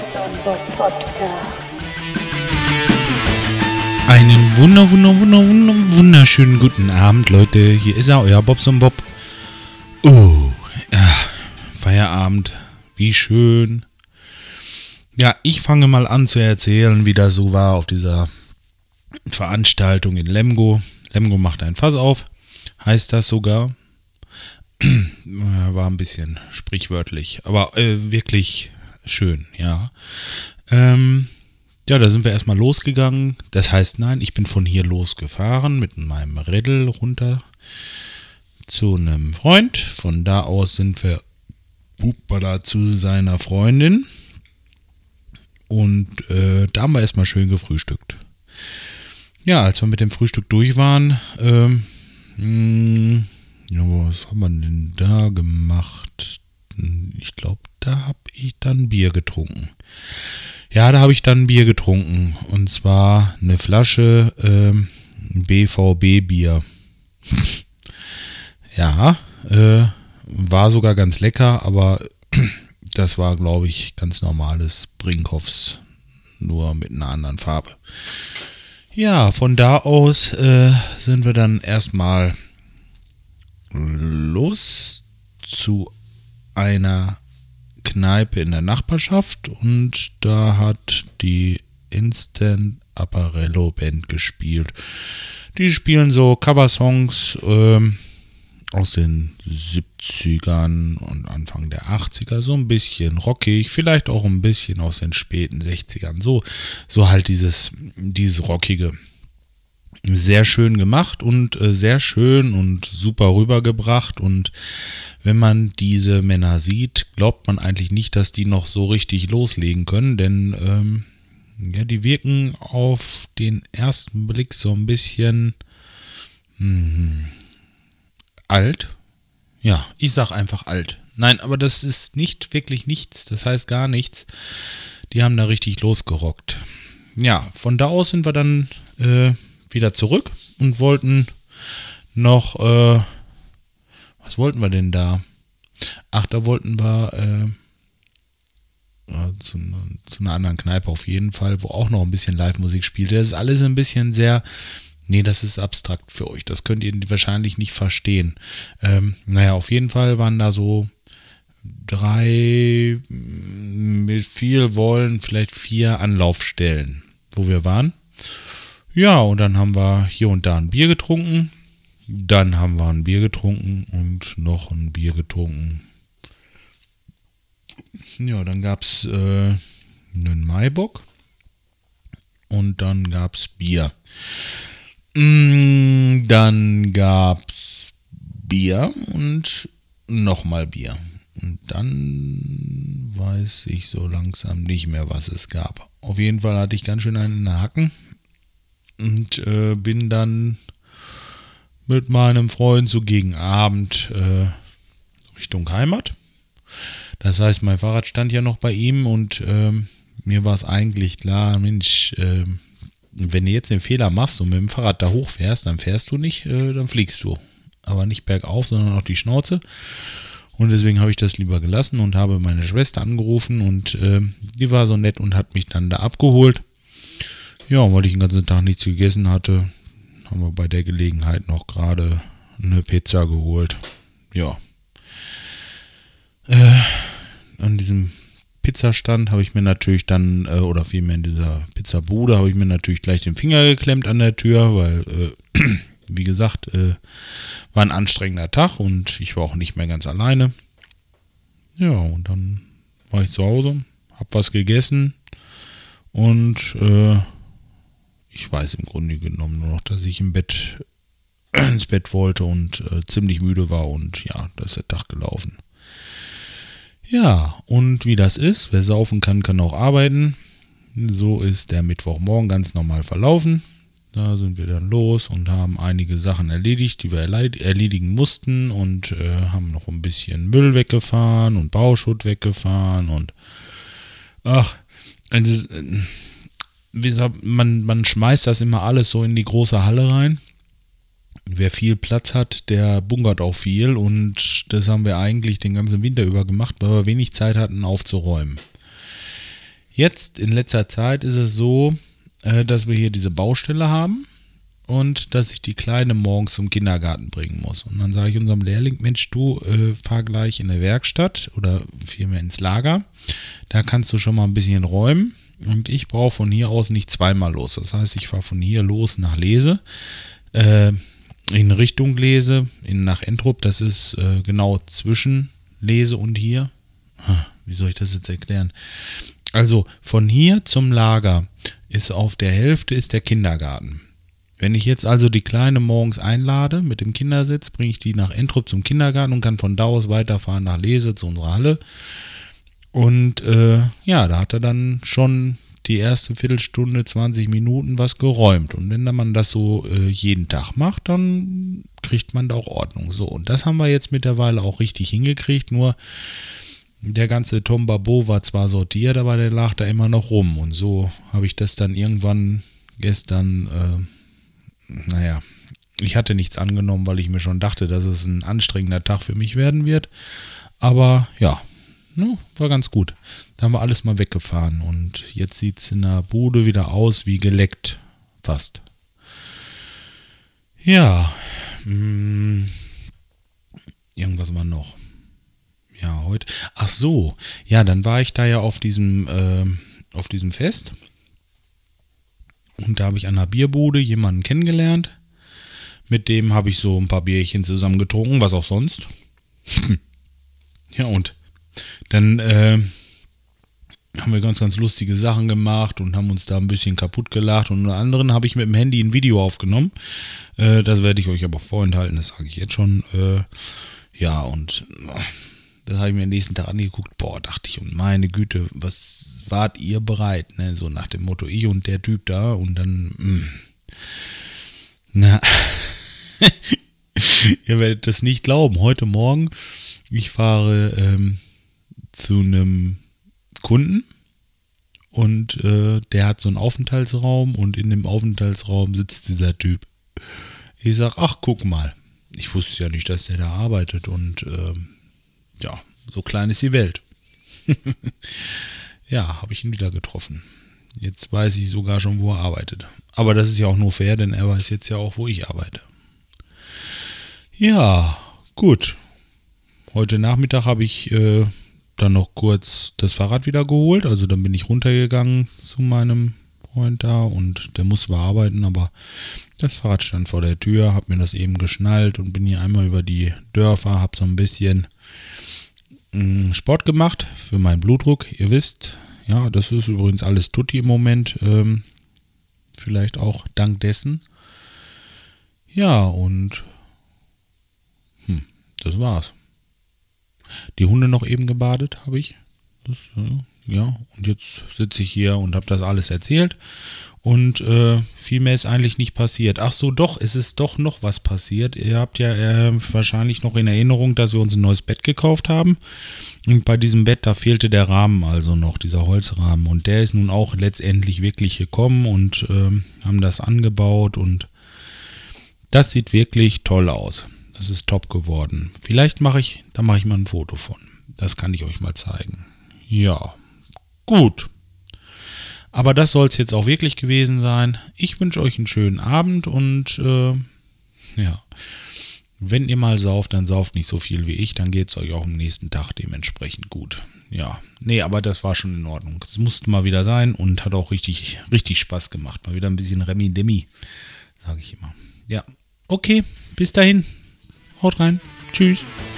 Bobson Bob Podcast. Einen wunderschönen guten Abend, Leute. Hier ist er, euer Bobson Bob. Oh, ja, Feierabend. Wie schön. Ja, ich fange mal an zu erzählen, wie das so war auf dieser Veranstaltung in Lemgo. Lemgo macht ein Fass auf, heißt das sogar. War ein bisschen sprichwörtlich, aber wirklich schön, ja. Ja, da sind wir erstmal losgegangen. Das heißt, nein, ich bin von hier losgefahren mit meinem Rädel runter zu einem Freund. Von da aus sind wir zu seiner Freundin. Und da haben wir erstmal schön gefrühstückt. Ja, als wir mit dem Frühstück durch waren, ja, was haben wir denn da gemacht? Ich glaube, da habe ich dann Bier getrunken. Ja, da habe ich dann Bier getrunken. Und zwar eine Flasche BVB-Bier. Ja, war sogar ganz lecker, aber das war, glaube ich, ganz normales Brinkhoffs, nur mit einer anderen Farbe. Ja, von da aus sind wir dann erstmal los zu einer Kneipe in der Nachbarschaft und da hat die Instant Apparello Band gespielt. Die spielen so Coversongs aus den 70ern und Anfang der 80er, so ein bisschen rockig, vielleicht auch ein bisschen aus den späten 60ern, so halt dieses rockige. Sehr schön gemacht und sehr schön und super rübergebracht, und wenn man diese Männer sieht, glaubt man eigentlich nicht, dass die noch so richtig loslegen können, denn ja, die wirken auf den ersten Blick so ein bisschen alt. Ja, ich sag einfach alt. Nein, aber das ist nicht wirklich nichts, das heißt gar nichts. Die haben da richtig losgerockt. Ja, von da aus sind wir dann wieder zurück und wollten noch, was wollten wir denn da? Ach, da wollten wir zu einer anderen Kneipe auf jeden Fall, wo auch noch ein bisschen Live-Musik spielte. Das ist alles ein bisschen sehr, nee, das ist abstrakt für euch, das könnt ihr wahrscheinlich nicht verstehen. Naja, auf jeden Fall waren da so 3, mit viel Wollen, vielleicht 4 Anlaufstellen, wo wir waren. Ja, und dann haben wir hier und da ein Bier getrunken. Dann haben wir ein Bier getrunken und noch ein Bier getrunken. Ja, dann gab es einen Maibock und dann gab es Bier. Dann gab es Bier und nochmal Bier. Und dann weiß ich so langsam nicht mehr, was es gab. Auf jeden Fall hatte ich ganz schön einen in den Hacken. Und bin dann mit meinem Freund so gegen Abend Richtung Heimat. Das heißt, mein Fahrrad stand ja noch bei ihm und mir war es eigentlich klar, Mensch, wenn du jetzt den Fehler machst und mit dem Fahrrad da hochfährst, dann fährst du nicht, dann fliegst du. Aber nicht bergauf, sondern auf die Schnauze. Und deswegen habe ich das lieber gelassen und habe meine Schwester angerufen und die war so nett und hat mich dann da abgeholt. Ja, weil ich den ganzen Tag nichts gegessen hatte, haben wir bei der Gelegenheit noch gerade eine Pizza geholt. Ja. An diesem Pizzastand habe ich mir natürlich dann, oder vielmehr in dieser Pizzabude, habe ich mir natürlich gleich den Finger geklemmt an der Tür, weil, wie gesagt, war ein anstrengender Tag und ich war auch nicht mehr ganz alleine. Ja, und dann war ich zu Hause, habe was gegessen und ich weiß im Grunde genommen nur noch, dass ich ins Bett wollte und ziemlich müde war und ja, da ist der Tag gelaufen. Ja, und wie das ist, wer saufen kann, kann auch arbeiten. So ist der Mittwochmorgen ganz normal verlaufen. Da sind wir dann los und haben einige Sachen erledigt, die wir erledigen mussten und haben noch ein bisschen Müll weggefahren und Bauschutt weggefahren und ach, also, wie gesagt, man schmeißt das immer alles so in die große Halle rein. Wer viel Platz hat, der bunkert auch viel, und das haben wir eigentlich den ganzen Winter über gemacht, weil wir wenig Zeit hatten aufzuräumen. Jetzt in letzter Zeit ist es so, dass wir hier diese Baustelle haben und dass ich die Kleine morgens zum Kindergarten bringen muss. Und dann sage ich unserem Lehrling, Mensch, du fahr gleich in der Werkstatt oder vielmehr ins Lager. Da kannst du schon mal ein bisschen räumen. Und ich brauche von hier aus nicht zweimal los. Das heißt, ich fahre von hier los nach Lese, in Richtung Lese, nach Entrup. Das ist genau zwischen Lese und hier. Wie soll ich das jetzt erklären? Also von hier zum Lager ist auf der Hälfte ist der Kindergarten. Wenn ich jetzt also die Kleine morgens einlade mit dem Kindersitz, bringe ich die nach Entrup zum Kindergarten und kann von da aus weiterfahren nach Lese zu unserer Halle. Und ja, da hat er dann schon die erste Viertelstunde, 20 Minuten was geräumt. Und wenn man das so jeden Tag macht, dann kriegt man da auch Ordnung. So, und das haben wir jetzt mittlerweile auch richtig hingekriegt. Nur der ganze Tombabo war zwar sortiert, aber der lag da immer noch rum. Und so habe ich das dann irgendwann gestern, ich hatte nichts angenommen, weil ich mir schon dachte, dass es ein anstrengender Tag für mich werden wird. Aber ja, war ganz gut. Da haben wir alles mal weggefahren und jetzt sieht es in der Bude wieder aus wie geleckt. Fast. Ja. Irgendwas war noch. Ja, heute. Ach so. Ja, dann war ich da ja auf diesem Fest. Und da habe ich an einer Bierbude jemanden kennengelernt. Mit dem habe ich so ein paar Bierchen zusammen getrunken, was auch sonst. Ja, und dann haben wir ganz, ganz lustige Sachen gemacht und haben uns da ein bisschen kaputt gelacht. Und unter anderem habe ich mit dem Handy ein Video aufgenommen. Das werde ich euch aber vorenthalten, das sage ich jetzt schon. Ja, und das habe ich mir am nächsten Tag angeguckt. Boah, dachte ich, und meine Güte, was wart ihr bereit? Ne? So nach dem Motto, ich und der Typ da. Und dann, ihr werdet das nicht glauben. Heute Morgen, ich fahre zu einem Kunden und der hat so einen Aufenthaltsraum und in dem Aufenthaltsraum sitzt dieser Typ. Ich sag, ach, guck mal. Ich wusste ja nicht, dass der da arbeitet und ja, so klein ist die Welt. Ja, habe ich ihn wieder getroffen. Jetzt weiß ich sogar schon, wo er arbeitet. Aber das ist ja auch nur fair, denn er weiß jetzt ja auch, wo ich arbeite. Ja, gut. Heute Nachmittag habe ich dann noch kurz das Fahrrad wieder geholt. Also dann bin ich runtergegangen zu meinem Freund da und der muss zwar arbeiten, aber das Fahrrad stand vor der Tür, habe mir das eben geschnallt und bin hier einmal über die Dörfer, habe so ein bisschen Sport gemacht für meinen Blutdruck. Ihr wisst, ja, das ist übrigens alles tutti im Moment. Vielleicht auch dank dessen. Ja, und das war's. Die Hunde noch eben gebadet habe ich. Das, ja, und jetzt sitze ich hier und habe das alles erzählt. Und viel mehr ist eigentlich nicht passiert. Ach so, doch, es ist doch noch was passiert. Ihr habt ja wahrscheinlich noch in Erinnerung, dass wir uns ein neues Bett gekauft haben. Und bei diesem Bett, da fehlte der Rahmen also noch, dieser Holzrahmen. Und der ist nun auch letztendlich wirklich gekommen und haben das angebaut. Und das sieht wirklich toll aus. Das ist top geworden. Vielleicht mache ich mal ein Foto von. Das kann ich euch mal zeigen. Ja, gut. Aber das soll es jetzt auch wirklich gewesen sein. Ich wünsche euch einen schönen Abend und ja, wenn ihr mal sauft, dann sauft nicht so viel wie ich, dann geht es euch auch am nächsten Tag dementsprechend gut. Ja, nee, aber das war schon in Ordnung. Es musste mal wieder sein und hat auch richtig, richtig Spaß gemacht. Mal wieder ein bisschen Remi-Demi, sage ich immer. Ja, okay, bis dahin. Haut rein. Tschüss.